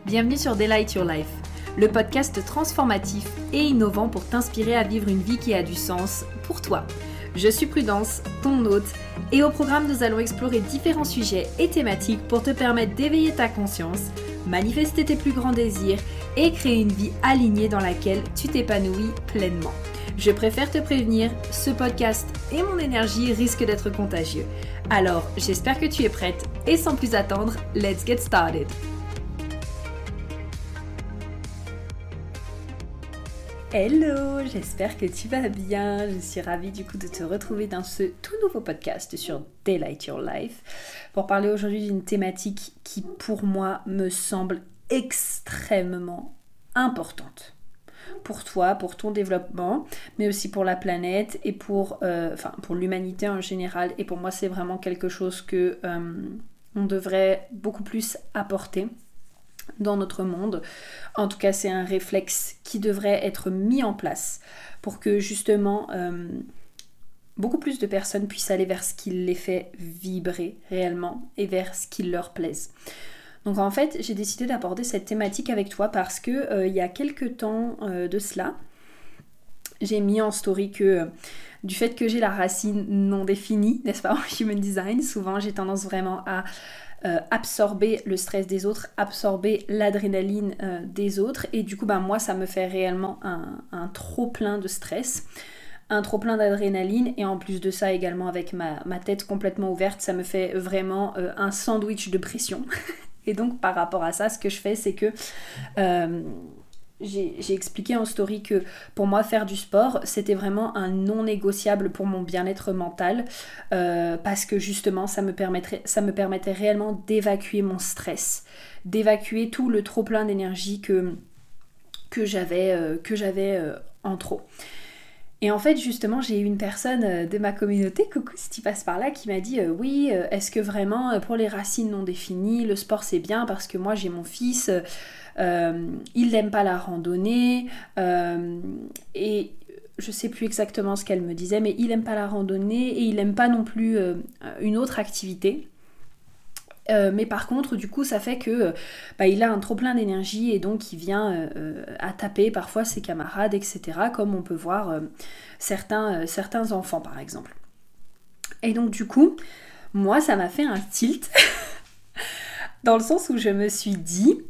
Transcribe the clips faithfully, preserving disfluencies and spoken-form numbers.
Bienvenue sur Delight Your Life, le podcast transformatif et innovant pour t'inspirer à vivre une vie qui a du sens pour toi. Je suis Prudence, ton hôte, et au programme nous allons explorer différents sujets et thématiques pour te permettre d'éveiller ta conscience, manifester tes plus grands désirs et créer une vie alignée dans laquelle tu t'épanouis pleinement. Je préfère te prévenir, ce podcast et mon énergie risquent d'être contagieux. Alors, j'espère que tu es prête et sans plus attendre, let's get started! Hello, j'espère que tu vas bien. Je suis ravie du coup de te retrouver dans ce tout nouveau podcast sur Delight Your Life pour parler aujourd'hui d'une thématique qui pour moi me semble extrêmement importante. Pour toi, pour ton développement, mais aussi pour la planète et pour, euh, enfin, pour l'humanité en général. Et pour moi, c'est vraiment quelque chose que euh, on devrait beaucoup plus apporter dans notre monde. En tout cas, c'est un réflexe qui devrait être mis en place pour que justement euh, beaucoup plus de personnes puissent aller vers ce qui les fait vibrer réellement et vers ce qui leur plaise. Donc en fait, j'ai décidé d'aborder cette thématique avec toi parce que euh, il y a quelques temps euh, de cela, j'ai mis en story que euh, du fait que j'ai la racine non définie, n'est-ce pas, en Human Design, souvent j'ai tendance vraiment à Euh, absorber le stress des autres, absorber l'adrénaline euh, des autres, et du coup bah, moi ça me fait réellement un, un trop plein de stress, un trop plein d'adrénaline, et en plus de ça également avec ma, ma tête complètement ouverte, ça me fait vraiment euh, un sandwich de pression. Et donc par rapport à ça, ce que je fais, c'est que euh, J'ai, j'ai expliqué en story que pour moi faire du sport c'était vraiment un non négociable pour mon bien-être mental euh, parce que justement ça me permettrait, ça me permettait réellement d'évacuer mon stress, d'évacuer tout le trop plein d'énergie que, que j'avais, euh, que j'avais euh, en trop. Et en fait justement j'ai eu une personne de ma communauté, coucou si tu passes par là, qui m'a dit euh, oui euh, est-ce que vraiment euh, pour les racines non définies le sport c'est bien, parce que moi j'ai mon fils euh, Euh, il n'aime pas la randonnée euh, et je sais plus exactement ce qu'elle me disait, mais il n'aime pas la randonnée et il n'aime pas non plus euh, une autre activité. Euh, mais par contre, du coup, ça fait que bah, il a un trop plein d'énergie et donc il vient euh, à taper parfois ses camarades, et cetera. Comme on peut voir euh, certains, euh, certains enfants, par exemple. Et donc, du coup, moi, ça m'a fait un tilt dans le sens où je me suis dit,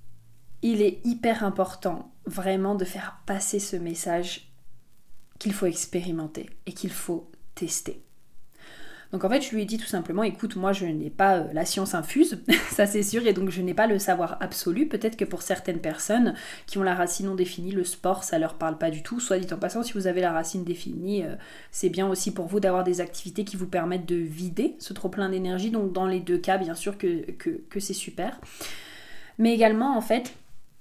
il est hyper important vraiment de faire passer ce message qu'il faut expérimenter et qu'il faut tester. Donc en fait, je lui ai dit tout simplement, écoute, moi je n'ai pas euh, la science infuse, ça c'est sûr, et donc je n'ai pas le savoir absolu. Peut-être que pour certaines personnes qui ont la racine non définie, le sport, ça leur parle pas du tout. Soit dit en passant, si vous avez la racine définie, euh, c'est bien aussi pour vous d'avoir des activités qui vous permettent de vider ce trop plein d'énergie. Donc dans les deux cas, bien sûr que, que, que c'est super. Mais également, en fait,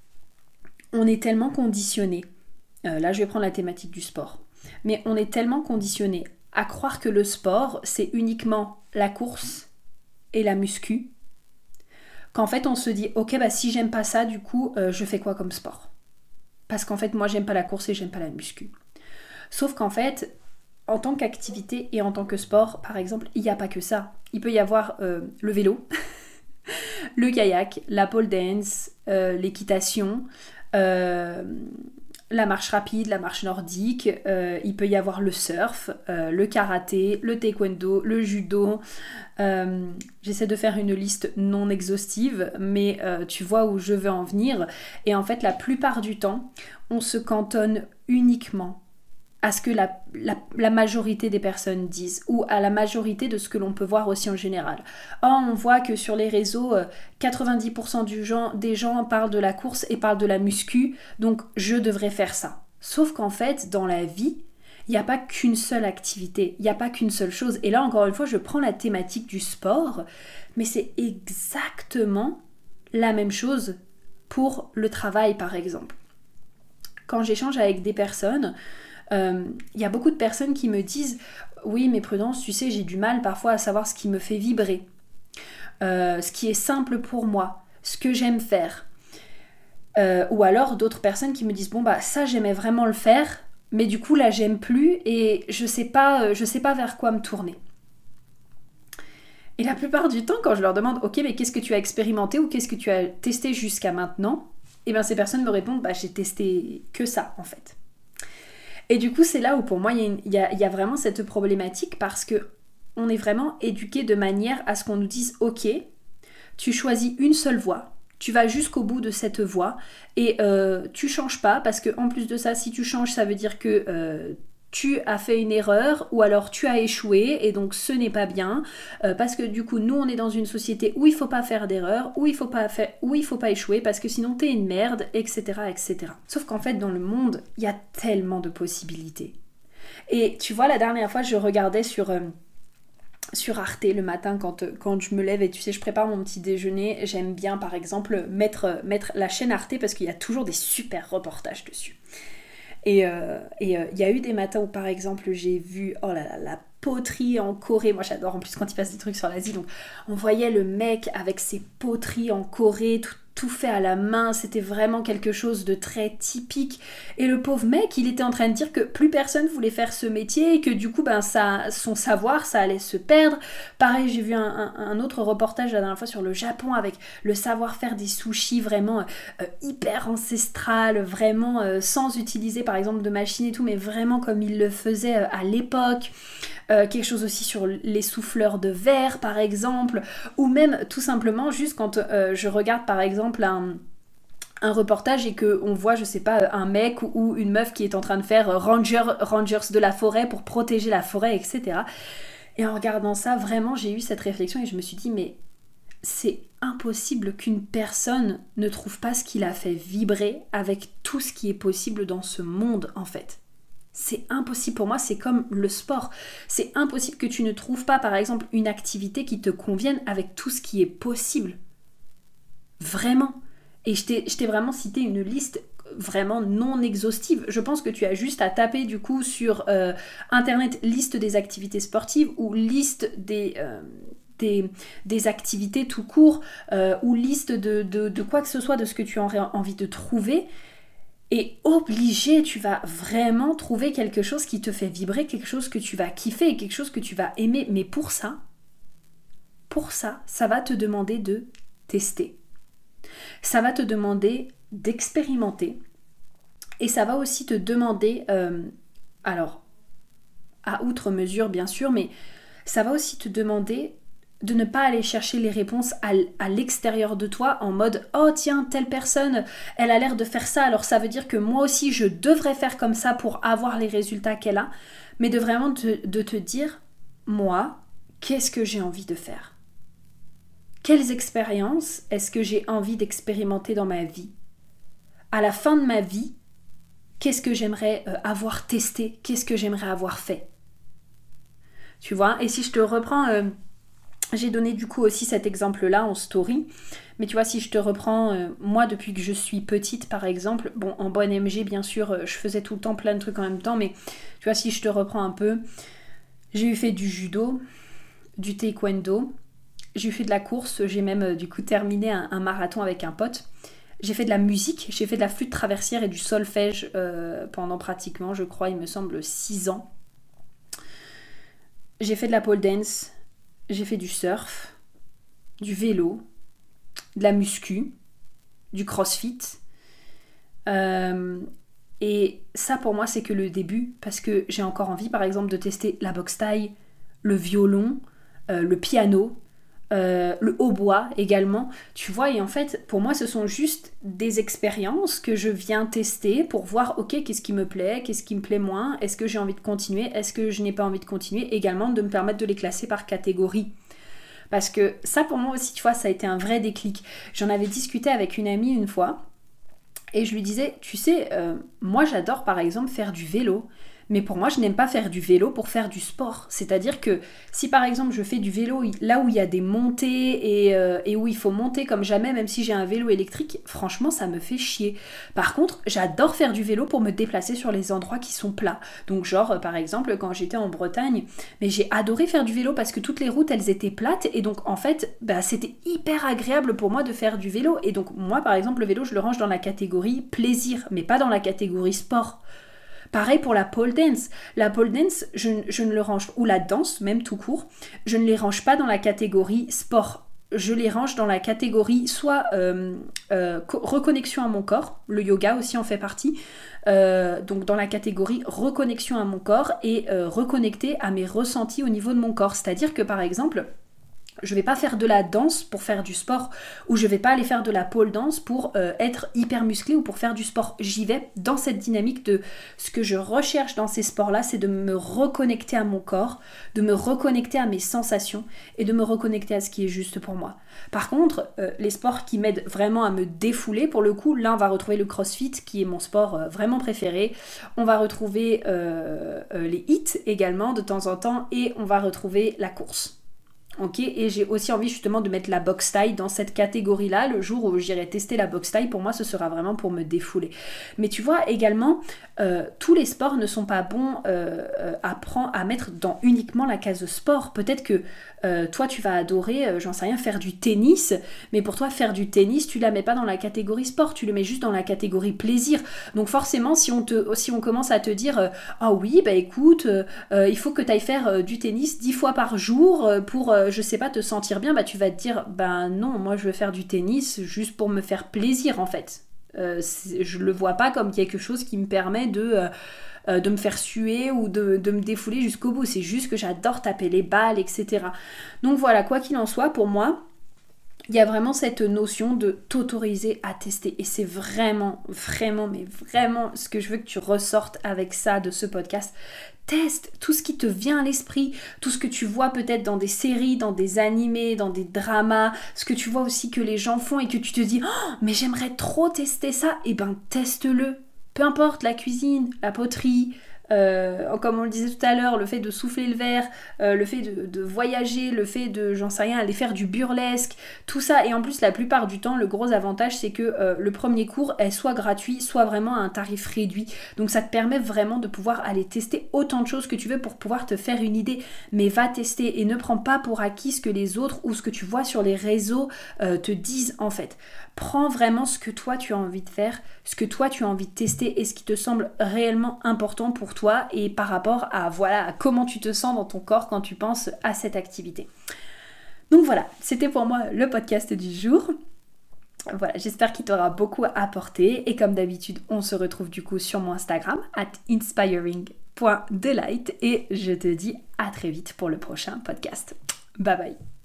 on est tellement conditionné, euh, là je vais prendre la thématique du sport, mais on est tellement conditionné à croire que le sport c'est uniquement la course et la muscu, qu'en fait on se dit ok bah si j'aime pas ça du coup euh, je fais quoi comme sport, parce qu'en fait moi j'aime pas la course et j'aime pas la muscu. Sauf qu'en fait en tant qu'activité et en tant que sport par exemple, il n'y a pas que ça. Il peut y avoir euh, le vélo, le kayak, la pole dance, euh, l'équitation, Euh, la marche rapide, la marche nordique, euh, il peut y avoir le surf, euh, le karaté, le taekwondo, le judo. Euh, j'essaie de faire une liste non exhaustive, mais euh, tu vois où je veux en venir. Et en fait, la plupart du temps, on se cantonne uniquement à ce que la, la, la majorité des personnes disent, ou à la majorité de ce que l'on peut voir aussi en général. Or, on voit que sur les réseaux, quatre-vingt-dix pour cent du gens, des gens parlent de la course et parlent de la muscu, donc je devrais faire ça. Sauf qu'en fait, dans la vie, il n'y a pas qu'une seule activité, il n'y a pas qu'une seule chose. Et là, encore une fois, je prends la thématique du sport, mais c'est exactement la même chose pour le travail, par exemple. Quand j'échange avec des personnes, il euh, y a beaucoup de personnes qui me disent « Oui, mais Prudence, tu sais, j'ai du mal parfois à savoir ce qui me fait vibrer, euh, ce qui est simple pour moi, ce que j'aime faire. Euh, » Ou alors d'autres personnes qui me disent « Bon, bah ça, j'aimais vraiment le faire, mais du coup, là, j'aime plus et je sais pas, je sais pas vers quoi me tourner. » Et la plupart du temps, quand je leur demande « Ok, mais qu'est-ce que tu as expérimenté ou qu'est-ce que tu as testé jusqu'à maintenant ?» Et bien ces personnes me répondent bah, « J'ai testé que ça, en fait. » Et du coup, c'est là où pour moi, il y, a une- il y a, il y a vraiment cette problématique parce que on est vraiment éduqué de manière à ce qu'on nous dise « Ok, tu choisis une seule voie. » Tu vas jusqu'au bout de cette voie et euh, tu changes pas parce que en plus de ça, si tu changes, ça veut dire que euh, tu as fait une erreur ou alors tu as échoué et donc ce n'est pas bien euh, parce que du coup nous on est dans une société où il faut pas faire d'erreur, où il faut pas faire, où il faut pas échouer parce que sinon t'es une merde, et cetera, et cetera. Sauf qu'en fait dans le monde il y a tellement de possibilités. Et tu vois la dernière fois je regardais sur euh, sur Arte le matin quand, quand je me lève et tu sais je prépare mon petit déjeuner, j'aime bien par exemple mettre, mettre la chaîne Arte parce qu'il y a toujours des super reportages dessus. Et il euh, et, euh, y a eu des matins où par exemple j'ai vu oh là là, la poterie en Corée, moi j'adore en plus quand il passe des trucs sur l'Asie, donc on voyait le mec avec ses poteries en Corée, tout, tout fait à la main, c'était vraiment quelque chose de très typique. Et le pauvre mec, il était en train de dire que plus personne voulait faire ce métier et que du coup, ben, ça, son savoir, ça allait se perdre. Pareil, j'ai vu un, un, un autre reportage la dernière fois sur le Japon avec le savoir-faire des sushis vraiment euh, hyper ancestral, vraiment euh, sans utiliser par exemple de machines et tout, mais vraiment comme il le faisait euh, à l'époque. Euh, quelque chose aussi sur les souffleurs de verre par exemple, ou même tout simplement juste quand euh, je regarde par exemple un, un reportage et qu'on voit je sais pas un mec ou une meuf qui est en train de faire ranger, rangers de la forêt pour protéger la forêt, etc. Et en regardant ça vraiment j'ai eu cette réflexion et je me suis dit mais c'est impossible qu'une personne ne trouve pas ce qui l'a fait vibrer avec tout ce qui est possible dans ce monde en fait. C'est impossible pour moi, c'est comme le sport. C'est impossible que tu ne trouves pas, par exemple, une activité qui te convienne avec tout ce qui est possible. Vraiment. Et je t'ai, je t'ai vraiment cité une liste vraiment non exhaustive. Je pense que tu as juste à taper du coup sur euh, internet liste des activités sportives ou liste des... Euh, Des, des activités tout court euh, ou liste de, de, de quoi que ce soit de ce que tu aurais envie de trouver. Et obligé, tu vas vraiment trouver quelque chose qui te fait vibrer, quelque chose que tu vas kiffer, quelque chose que tu vas aimer. Mais pour ça, pour ça, ça va te demander de tester. Ça va te demander d'expérimenter. Et ça va aussi te demander, euh, alors, à outre mesure bien sûr, mais ça va aussi te demander de ne pas aller chercher les réponses à, à l'extérieur de toi en mode « Oh tiens, telle personne, elle a l'air de faire ça, alors ça veut dire que moi aussi je devrais faire comme ça pour avoir les résultats qu'elle a. » Mais de vraiment te, de te dire « Moi, qu'est-ce que j'ai envie de faire ? Quelles expériences est-ce que j'ai envie d'expérimenter dans ma vie ? À la fin de ma vie, qu'est-ce que j'aimerais euh, avoir testé ? Qu'est-ce que j'aimerais avoir fait ?» Tu vois ? Et si je te reprends... Euh, J'ai donné du coup aussi cet exemple-là en story. Mais tu vois, si je te reprends, euh, moi depuis que je suis petite par exemple, bon en bonne M G bien sûr, euh, je faisais tout le temps plein de trucs en même temps, mais tu vois, si je te reprends un peu, j'ai eu fait du judo, du taekwondo, j'ai eu fait de la course, j'ai même euh, du coup terminé un, un marathon avec un pote. J'ai fait de la musique, j'ai fait de la flûte traversière et du solfège euh, pendant pratiquement, je crois, il me semble, six ans. J'ai fait de la pole dance. J'ai fait du surf, du vélo, de la muscu, du crossfit. Euh, et ça pour moi c'est que le début parce que j'ai encore envie par exemple de tester la boxe thaï, le violon, euh, le piano, euh, le hautbois également. Tu vois, et en fait pour moi ce sont juste des expériences que je viens tester pour voir ok qu'est-ce qui me plaît, qu'est-ce qui me plaît moins, est-ce que j'ai envie de continuer, est-ce que je n'ai pas envie de continuer, également de me permettre de les classer par catégorie. Parce que ça pour moi aussi tu vois ça a été un vrai déclic. J'en avais discuté avec une amie une fois et je lui disais tu sais euh, moi j'adore par exemple faire du vélo. Mais pour moi, je n'aime pas faire du vélo pour faire du sport. C'est-à-dire que si par exemple je fais du vélo là où il y a des montées et, euh, et où il faut monter comme jamais, même si j'ai un vélo électrique, franchement ça me fait chier. Par contre, j'adore faire du vélo pour me déplacer sur les endroits qui sont plats. Donc genre euh, par exemple quand j'étais en Bretagne, mais j'ai adoré faire du vélo parce que toutes les routes elles étaient plates et donc en fait bah, c'était hyper agréable pour moi de faire du vélo. Et donc moi par exemple le vélo je le range dans la catégorie plaisir, mais pas dans la catégorie sport. Pareil pour la pole dance. La pole dance, je, je ne le range, ou la danse, même tout court, je ne les range pas dans la catégorie sport. Je les range dans la catégorie soit euh, euh, co- reconnexion à mon corps, le yoga aussi en fait partie, euh, donc dans la catégorie reconnexion à mon corps et euh, reconnecter à mes ressentis au niveau de mon corps. C'est-à-dire que par exemple, je vais pas faire de la danse pour faire du sport, ou je vais pas aller faire de la pole dance pour euh, être hyper musclé ou pour faire du sport. J'y vais dans cette dynamique de ce que je recherche dans ces sports-là, c'est de me reconnecter à mon corps, de me reconnecter à mes sensations et de me reconnecter à ce qui est juste pour moi. Par contre, euh, les sports qui m'aident vraiment à me défouler, pour le coup, là on va retrouver le CrossFit qui est mon sport euh, vraiment préféré. On va retrouver euh, euh, les hits également de temps en temps et on va retrouver la course. Ok, et j'ai aussi envie justement de mettre la boxe taille dans cette catégorie-là. Le jour où j'irai tester la boxe taille, pour moi, ce sera vraiment pour me défouler. Mais tu vois, également, euh, tous les sports ne sont pas bons euh, euh, à, prendre, à mettre dans uniquement la case sport. Peut-être que euh, toi, tu vas adorer, euh, j'en sais rien, faire du tennis, mais pour toi, faire du tennis, tu la mets pas dans la catégorie sport, tu le mets juste dans la catégorie plaisir. Donc forcément, si on, te, si on commence à te dire euh, « Ah oui, bah écoute, euh, il faut que tu ailles faire euh, du tennis dix fois par jour euh, pour... Euh, je sais pas, te sentir bien », bah tu vas te dire ben non, moi je veux faire du tennis juste pour me faire plaisir en fait. Euh, je le vois pas comme quelque chose qui me permet de, euh, de me faire suer ou de, de me défouler jusqu'au bout. C'est juste que j'adore taper les balles, et cetera. Donc voilà, quoi qu'il en soit, pour moi, il y a vraiment cette notion de t'autoriser à tester. Et c'est vraiment, vraiment, mais vraiment ce que je veux que tu ressortes avec ça de ce podcast. Teste tout ce qui te vient à l'esprit, tout ce que tu vois peut-être dans des séries, dans des animés, dans des dramas, ce que tu vois aussi que les gens font et que tu te dis oh, mais j'aimerais trop tester ça, et ben teste-le. Peu importe la cuisine, la poterie, euh, comme on le disait tout à l'heure, le fait de souffler le verre, euh, le fait de, de voyager, le fait de, j'en sais rien, aller faire du burlesque, tout ça. Et en plus, la plupart du temps, le gros avantage, c'est que euh, le premier cours est soit gratuit, soit vraiment à un tarif réduit. Donc ça te permet vraiment de pouvoir aller tester autant de choses que tu veux pour pouvoir te faire une idée. Mais va tester et ne prends pas pour acquis ce que les autres ou ce que tu vois sur les réseaux euh, te disent en fait. Prends vraiment ce que toi tu as envie de faire, ce que toi tu as envie de tester et ce qui te semble réellement important pour toi et par rapport à, voilà, à comment tu te sens dans ton corps quand tu penses à cette activité. Donc voilà, c'était pour moi le podcast du jour. Voilà, j'espère qu'il t'aura beaucoup apporté et comme d'habitude, on se retrouve du coup sur mon Instagram at inspiring point delight et je te dis à très vite pour le prochain podcast. Bye bye.